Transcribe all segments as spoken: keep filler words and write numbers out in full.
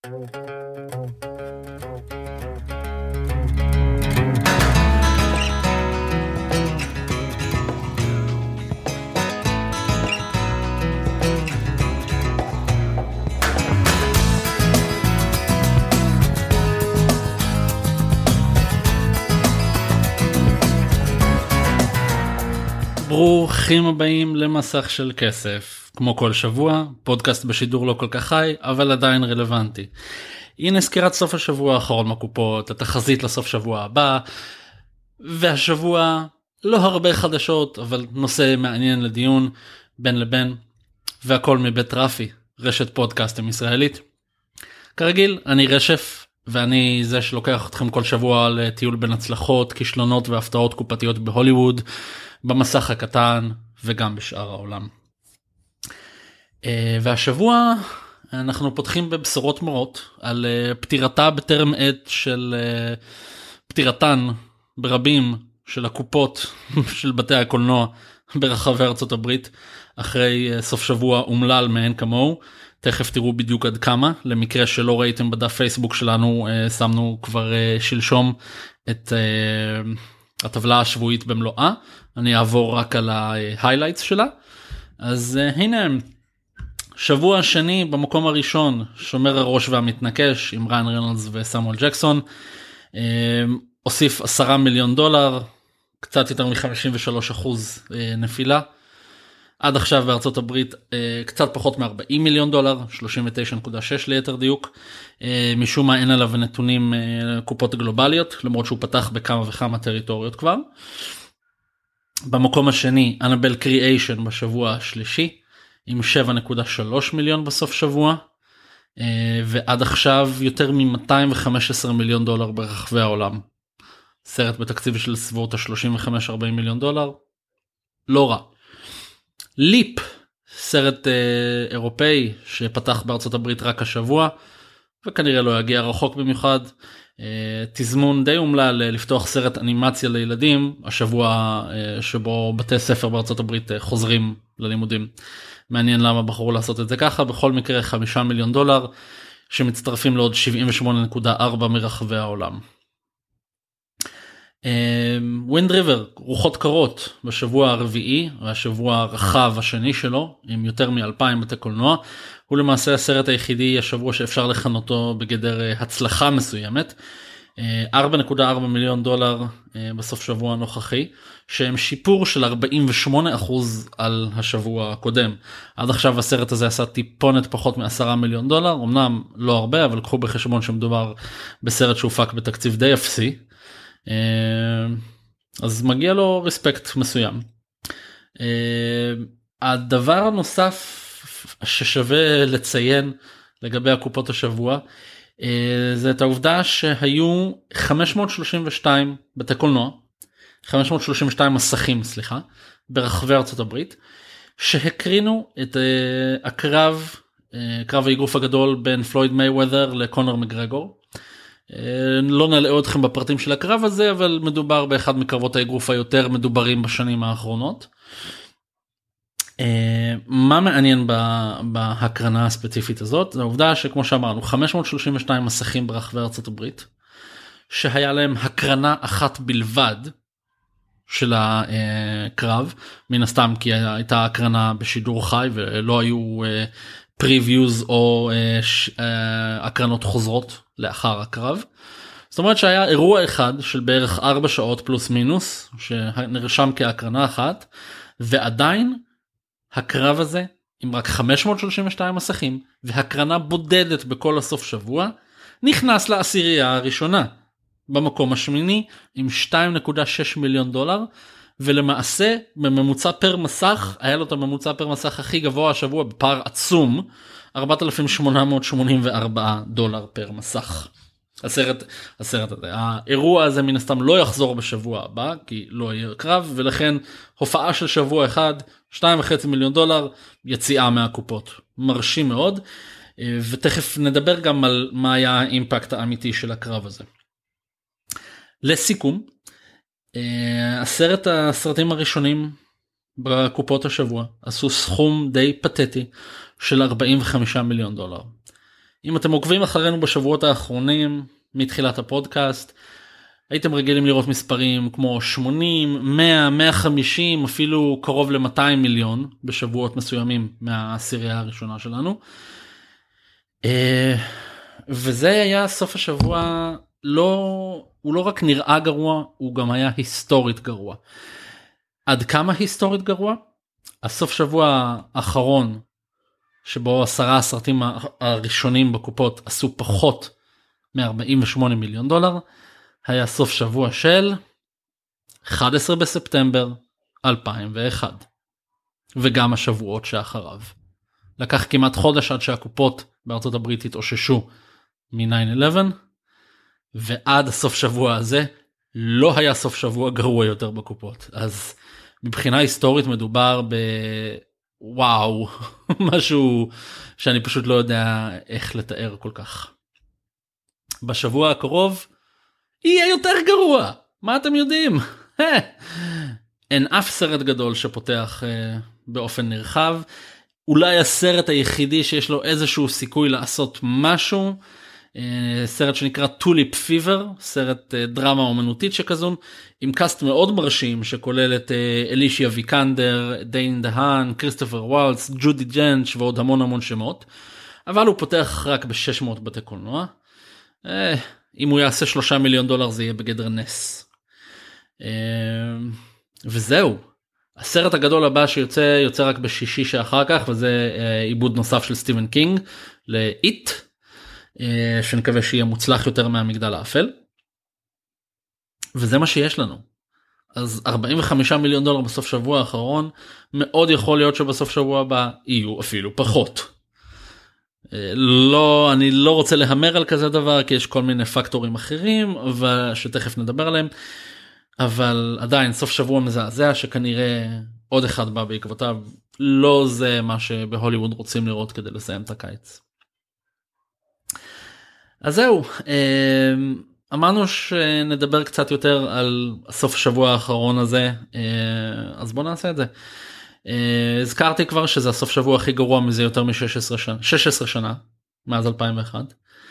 ברוכים הבאים למסך של כסף. כמו כל שבוע, פודקאסט בשידור לא כל כך חי, אבל עדיין רלוונטי. הנה סקירת סוף השבוע האחרון מהקופות, התחזית לסוף שבוע הבא, והשבוע לא הרבה חדשות, אבל נושא מעניין לדיון בין לבין, והכל מבית רפי, רשת פודקאסטים ישראלית. כרגיל, אני רשף, ואני זה שלוקח אתכם כל שבוע לטיול בין הצלחות, כישלונות והפתעות קופתיות בהוליווד, במסך הקטן וגם בשאר העולם. והשבוע אנחנו פותחים בבשורות מרות על פטירתה בטרם עת של פטירתן ברבים של הקופות של בתי הקולנוע ברחבי ארצות הברית, אחרי סוף שבוע אומלל מעין כמוהו. תכף תראו בדיוק עד כמה. למקרה שלא ראיתם בדף פייסבוק שלנו, שמנו כבר שלשום את הטבלה השבועית במלואה. אני אעבור רק על ההיילייטס שלה. אז הנה, שבוע שני במקום הראשון, שומר הראש והמתנקש עם ריין ריינולדס וסמואל ג'קסון, הוסיף עשרה מיליון דולר, קצת יותר מ-חמישים ושלושה אחוז נפילה. עד עכשיו בארצות הברית קצת פחות מ-ארבעים מיליון דולר, שלושים ותשע נקודה שש ליתר דיוק. משום מה אין עליו נתונים קופות גלובליות, למרות שהוא פתח בכמה וכמה טריטוריות כבר. במקום השני, אנבל קריאיישן בשבוע השלישי, עם שבע נקודה שלוש מיליון בסוף שבוע, ועד עכשיו יותר מ-מאתיים וחמש עשרה מיליון דולר ברחבי העולם. סרט בתקציב של סביבות ה-שלושים וחמש ארבעים מיליון דולר, לא רע. ליפ, סרט אה, אירופאי שפתח בארצות הברית רק השבוע, וכנראה לא יגיע רחוק במיוחד. אה, תזמון די אומלל לפתוח סרט אנימציה לילדים, השבוע אה, שבו בתי ספר בארצות הברית אה, חוזרים ללימודים. מעניין למה בחרו לעשות את זה ככה. בכל מקרה חמישה מיליון דולר, שמצטרפים לעוד שבעים ושמונה נקודה ארבע מרחבי העולם. ווינד ריבר, רוחות קרות בשבוע הרביעי, והשבוע הרחב השני שלו, עם יותר מ-אלפיים בתי קולנוע. הוא למעשה הסרט היחידי השבוע שאפשר לכנותו בגדר הצלחה מסוימת. ארבע נקודה ארבע מיליון דולר בסוף שבוע הנוכחי, שהם שיפור של ארבעים ושמונה אחוז על השבוע הקודם. עד עכשיו הסרט הזה עשה טיפונת פחות מ-עשרה מיליון דולר, אמנם לא הרבה, אבל קחו בחשבון שמדובר בסרט שהופק בתקציב די אפסי. אז מגיע לו רספקט מסוים. הדבר הנוסף ששווה לציין לגבי הקופות השבוע, זה את העובדה שהיו חמש מאות שלושים ושתיים בתי קולנוע, חמש מאות שלושים ושתיים מסכים, סליחה, ברחבי ארצות הברית, שהקרינו את הקרב, קרב האגרוף הגדול בין פלויד מייוודר לקונר מגרגור. לא נלאה אתכם בפרטים של הקרב הזה, אבל מדובר באחד מקרבות האגרוף היותר מדוברים בשנים האחרונות. מה מעניין בהקרנה הספציפית הזאת? זה העובדה שכמו שאמרנו, חמש מאות שלושים ושתיים מסכים ברחבי ארצות הברית, שהיה להם הקרנה אחת בלבד של הקרב, מן הסתם כי הייתה הקרנה בשידור חי ולא היו פריוויוז או הקרנות חוזרות לאחר הקרב. זאת אומרת שהיה אירוע אחד של בערך ארבע שעות פלוס מינוס שנרשם כהקרנה אחת, ועדיין הקרב הזה עם רק חמש מאות שלושים ושתיים מסכים והקרנה בודדת בכל הסוף שבוע נכנס לעשירייה הראשונה במקום השמיני עם שתיים נקודה שש מיליון דולר, ולמעשה בממוצע פר מסך היה לו את הממוצע פר מסך הכי גבוה השבוע בפער עצום, ארבעת אלפים שמונה מאות שמונים וארבעה דולר פר מסך. הסרט, הסרט הזה, האירוע הזה מן הסתם לא יחזור בשבוע הבא כי לא יהיה קרב, ולכן הופעה של שבוע אחד, שתיים וחצי מיליון דולר, יציאה מהקופות, מרשים מאוד. ותכף נדבר גם על מה היה האימפקט האמיתי של הקרב הזה. לסיכום, הסרט הסרטים הראשונים בקופות השבוע עשו סכום די פתטי של ארבעים וחמישה מיליון דולר. אם אתם עוקבים אחרינו בשבועות האחרונים מתחילת הפודקאסט, הייתם רגילים לראות מספרים כמו שמונים, מאה, מאה וחמישים, אפילו קרוב ל-מאתיים מיליון בשבועות מסוימים מהעשירייה הראשונה שלנו. וזה היה סוף השבוע, לא, הוא לא רק נראה גרוע, הוא גם היה היסטורית גרוע. עד כמה היסטורית גרוע? הסוף שבוע האחרון, שבו עשרה הסרטים הראשונים בקופות עשו פחות מ-ארבעים ושמונה מיליון דולר, היה סוף שבוע של אחד עשר בספטמבר אלפיים ואחת, וגם השבועות שאחריו. לקח כמעט חודש עד שהקופות בארצות הברית התאוששו מ-תשע אחת עשרה, ועד הסוף שבוע הזה לא היה סוף שבוע גרוע יותר בקופות. אז מבחינה היסטורית מדובר בוואו, משהו שאני פשוט לא יודע איך לתאר כל כך. בשבוע הקרוב יהיה יותר גרוע, מה אתם יודעים? אין אף סרט גדול שפותח באופן נרחב, אולי הסרט היחידי שיש לו איזשהו סיכוי לעשות משהו, סרט שנקרא טוליפ פיבר, סרט דרמה אומנותית שכזו, עם קאסט מאוד מרשים שכולל את אלישיה ויקנדר, דיין דהן, כריסטופר וולץ, ג'ודי ג'נץ' ועוד המון המון שמות, אבל הוא פותח רק ב-שש מאות בתי קולנוע. אם הוא יעשה שלושה מיליון דולר זה יהיה בגדר נס. וזהו. הסרט הגדול הבא שיוצא יוצא רק בשישי שאחר כך, וזה עיבוד נוסף של סטיבן קינג ל-It, שנקווה שיהיה מוצלח יותר מהמגדל האפל. וזה מה שיש לנו. אז ארבעים וחמישה מיליון דולר בסוף שבוע האחרון, מאוד יכול להיות שבסוף שבוע הבא יהיו אפילו פחות. לא, אני לא רוצה להמר על כזה דבר, כי יש כל מיני פקטורים אחרים, שתכף נדבר עליהם, אבל עדיין סוף שבוע מזעזע, שכנראה עוד אחד בא בעקבותיו, לא זה מה שבהוליווד רוצים לראות כדי לסיים את הקיץ. אז זהו, אמרנו שנדבר קצת יותר על הסוף השבוע האחרון הזה, אז בואו נעשה את זה. הזכרתי כבר שזה הסוף שבוע הכי גרוע מזה יותר מ-שש עשרה שנה, שש עשרה שנה, מאז אלפיים ואחת.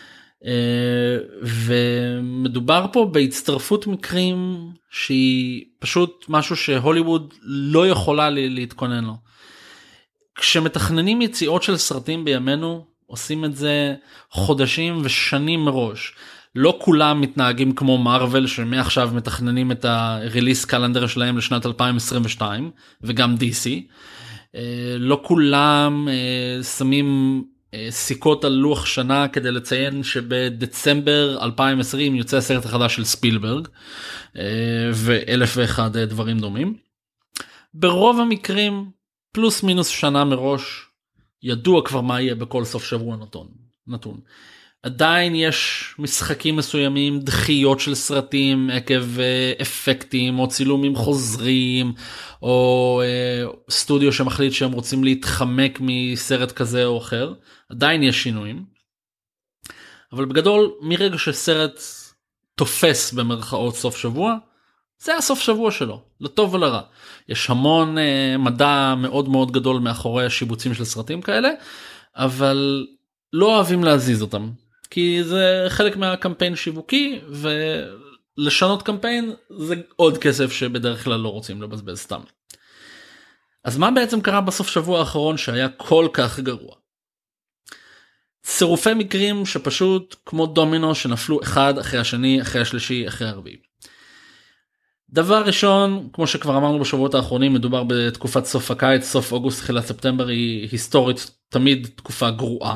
ומדובר פה בהצטרפות מקרים שהיא פשוט משהו שהוליווד לא יכולה להתכונן לו. כשמתכננים יציאות של סרטים בימינו, עושים את זה חודשים ושנים מראש. לא כולם מתנהגים כמו מארוול שמעכשיו מתכננים את הריליס קלנדר שלהם לשנת אלפיים עשרים ושתיים, וגם די סי. לא כולם שמים סיכות על לוח שנה כדי לציין שבדצמבר אלפיים ועשרים יוצא הסרט החדש של ספילברג, ואלף ואחד דברים דומים. ברוב המקרים, פלוס מינוס שנה מראש, ידוע כבר מה יהיה בכל סוף שבוע נתון. נתון. עדיין יש משחקים מסוימים, דחיות של סרטים עקב אפקטים או צילומים חוזרים, או סטודיו שמחליט שהם רוצים להתחמק מסרט כזה או אחר. עדיין יש שינויים. אבל בגדול, מרגע שסרט תופס במרכאות סוף שבוע, זה הסוף שבוע שלו, לטוב ולרע. יש המון מדע מאוד מאוד גדול מאחורי השיבוצים של סרטים כאלה, אבל לא אוהבים להזיז אותם. כי זה חלק מהקמפיין שיווקי, ולשנות קמפיין זה עוד כסף שבדרך כלל לא רוצים לבזבז סתם. אז מה בעצם קרה בסוף שבוע האחרון שהיה כל כך גרוע? צירופי מקרים שפשוט כמו דומינו שנפלו אחד אחרי השני, אחרי השלישי, אחרי הרביעי. דבר ראשון, כמו שכבר אמרנו בשבועות האחרונים, מדובר בתקופת סוף הקיץ, סוף אוגוסט, תחילת ספטמבר, היא היסטורית תמיד תקופה גרועה.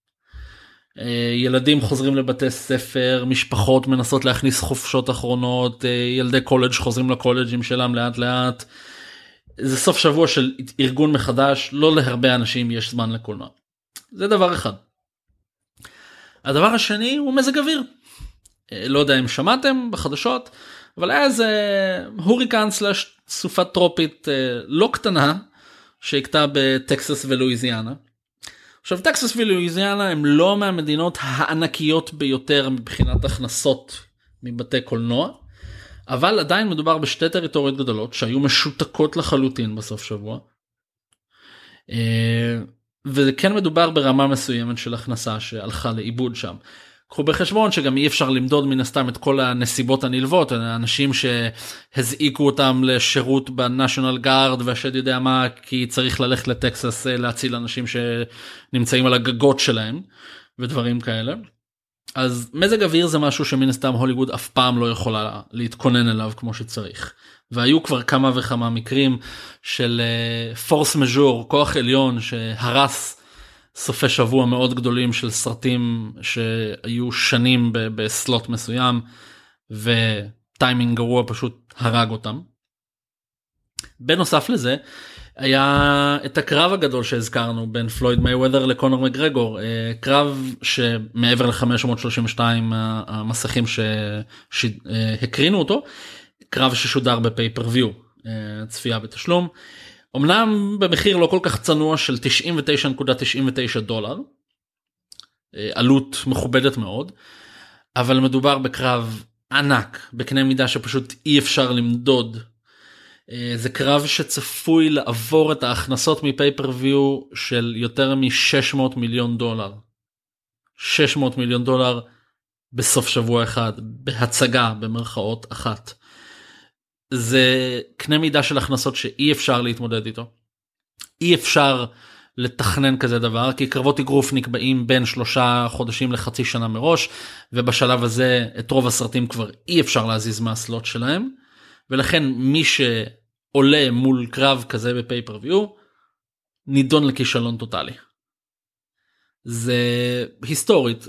ילדים חוזרים לבתי ספר, משפחות מנסות להכניס חופשות אחרונות, ילדי קולג' חוזרים לקולג'ים שלהם לאט לאט. זה סוף שבוע של ארגון מחדש, לא להרבה אנשים יש זמן לקולנוע. זה דבר אחד. הדבר השני הוא מזג אוויר. לא יודע אם שמעתם בחדשות, אבל היה איזה הוריקן סלש סופת טרופית לא קטנה, שהקטה בטקסס ולואיזיאנה. עכשיו, טקסס ולואיזיאנה הם לא מהמדינות הענקיות ביותר מבחינת הכנסות מבתי קולנוע, אבל עדיין מדובר בשתי טריטוריות גדולות שהיו משותקות לחלוטין בסוף שבוע. וכן מדובר ברמה מסוימת של הכנסה שהלכה לאיבוד שם. קחו בחשבון שגם אי אפשר למדוד מן הסתם את כל הנסיבות הנלוות, אנשים שהזעיקו אותם לשירות בנשיונל גארד והשד יודע מה, כי צריך ללכת לטקסס להציל אנשים שנמצאים על הגגות שלהם ודברים כאלה. אז מזג אוויר זה משהו שמן הסתם הוליווד אף פעם לא יכולה להתכונן אליו כמו שצריך. והיו כבר כמה וכמה מקרים של פורס מז'ור, כוח עליון שהרס סופי שבוע מאוד גדולים של סרטים שהיו שנים בסלוט מסוים, וטיימינג גרוע פשוט הרג אותם. בנוסף לזה, היה את הקרב הגדול שהזכרנו בין פלויד מייוודר לקונור מקגרגור, קרב שמעבר ל-חמש מאות שלושים ושתיים המסכים שהקרינו אותו, קרב ששודר בפייפר-ויו, צפייה בתשלום, אמנם במחיר לא כל כך צנוע של תשעים ותשע נקודה תשעים ותשע דולר, עלות מכובדת מאוד, אבל מדובר בקרב ענק, בקנה מידה שפשוט אי אפשר למדוד. זה קרב שצפוי לעבור את ההכנסות מפייפר-ויו של יותר מ-שש מאות מיליון דולר. שש מאות מיליון דולר בסוף שבוע אחד, בהצגה במרכאות אחת. זה קנה מידה של הכנסות שאי אפשר להתמודד איתו. אי אפשר לתכנן כזה דבר, כי קרבות אגרוף נקבעים בין שלושה חודשים לחצי שנה מראש, ובשלב הזה את רוב הסרטים כבר אי אפשר להזיז מהסלוט שלהם, ולכן מי שעולה מול קרב כזה בפייפר-ויו, נידון לכישלון טוטלי. זה היסטורית.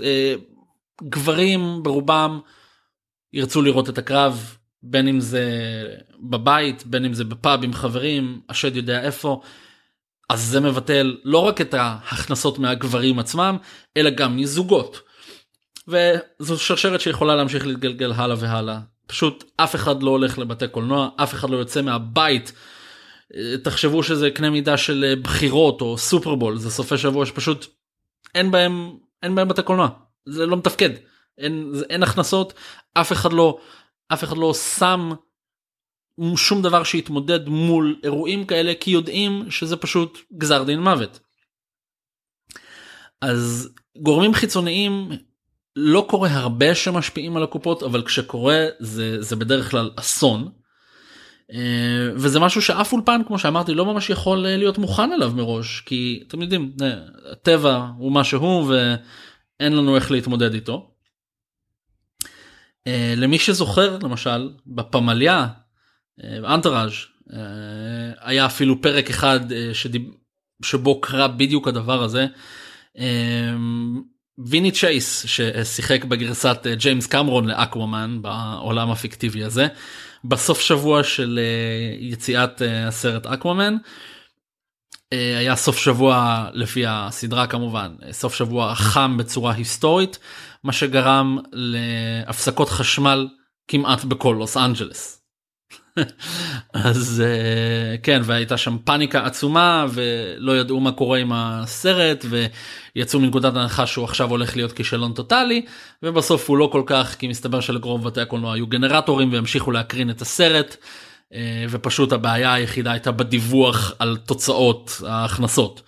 גברים ברובם ירצו לראות את הקרב, בין אם זה בבית, בין אם זה בפאב עם חברים, השד יודע איפה, אז זה מבטל לא רק את ההכנסות מהגברים עצמם, אלא גם מזוגות. וזו שרשרת שיכולה להמשיך להתגלגל הלאה והלאה. פשוט אף אחד לא הולך לבתי קולנוע, אף אחד לא יוצא מהבית. תחשבו שזה קנה מידה של בחירות או סופרבול, זה סופי שבוע שפשוט אין בהם, אין בהם בתי קולנוע. זה לא מתפקד. אין, אין הכנסות, אף אחד לא... אף אחד לא שם שום דבר שיתמודד מול אירועים כאלה, כי יודעים שזה פשוט גזר דין מוות. אז גורמים חיצוניים לא קורה הרבה שמשפיעים על הקופות, אבל כשקורה זה, זה בדרך כלל אסון. וזה משהו שאף אולפן, כמו שאמרתי, לא ממש יכול להיות מוכן אליו מראש, כי אתם יודעים, הטבע הוא מה שהוא ואין לנו איך להתמודד איתו. למי שזוכר, למשל, בפמליה, אנטראז', היה אפילו פרק אחד שבו קרה בדיוק הדבר הזה. ויני צ'ייס, ששיחק בגרסת ג'יימס קמרון לאקוואמן, בעולם הפיקטיבי הזה, בסוף שבוע של יציאת הסרט אקוואמן, היה סוף שבוע, לפי הסדרה כמובן, סוף שבוע חם בצורה היסטורית, מה שגרם להפסקות חשמל כמעט בכל לוס אנג'לס. אז כן, והייתה שם פאניקה עצומה, ולא ידעו מה קורה עם הסרט, ויצאו מנקודת ההנחה שהוא עכשיו הולך להיות כישלון טוטלי, ובסוף הוא לא כל כך, כי מסתבר שלרוב בתי הקולנוע היו גנרטורים, והמשיכו להקרין את הסרט, ופשוט הבעיה היחידה הייתה בדיווח על תוצאות ההכנסות.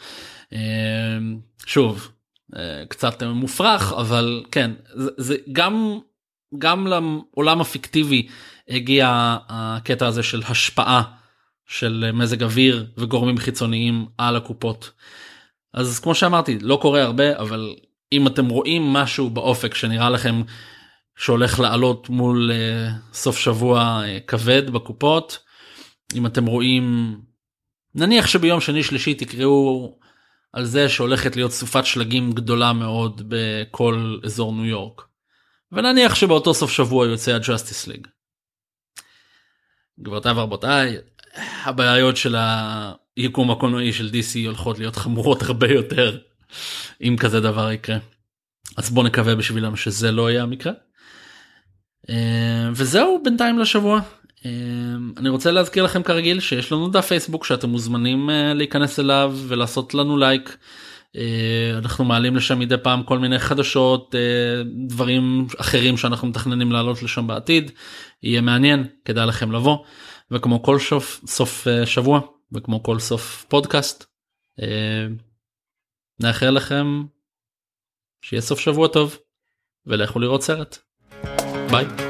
שוב, קצת מופרך, אבל כן, זה, זה גם, גם לעולם הפיקטיבי הגיע הקטע הזה של השפעה של מזג אוויר וגורמים חיצוניים על הקופות. אז כמו שאמרתי, לא קורה הרבה, אבל אם אתם רואים משהו באופק שנראה לכם שהולך לעלות מול uh, סוף שבוע uh, כבד בקופות, אם אתם רואים, נניח שביום שני שלישי תקראו על זה שהולכת להיות סופת שלגים גדולה מאוד בכל אזור ניו יורק, ונניח שבאותו סוף שבוע יוצא הג'אסטיס ליג. גבירותיי ורבותיי, הבעיות של היקום הקולנועי של די סי הולכות להיות חמורות הרבה יותר אם כזה דבר יקרה. אז בואו נקווה בשבילם שזה לא יהיה המקרה. וזהו בינתיים לשבוע. אני רוצה להזכיר לכם כרגיל שיש לנו דף פייסבוק שאתם מוזמנים להיכנס אליו ולעשות לנו לייק. אנחנו מעלים לשם מדי פעם כל מיני חדשות, דברים אחרים שאנחנו מתכננים לעלות לשם בעתיד. יהיה מעניין, כדאי לכם לבוא. וכמו כל סוף, סוף שבוע וכמו כל סוף פודקאסט, נאחל לכם שיהיה סוף שבוע טוב ולכו לראות סרט. ביי.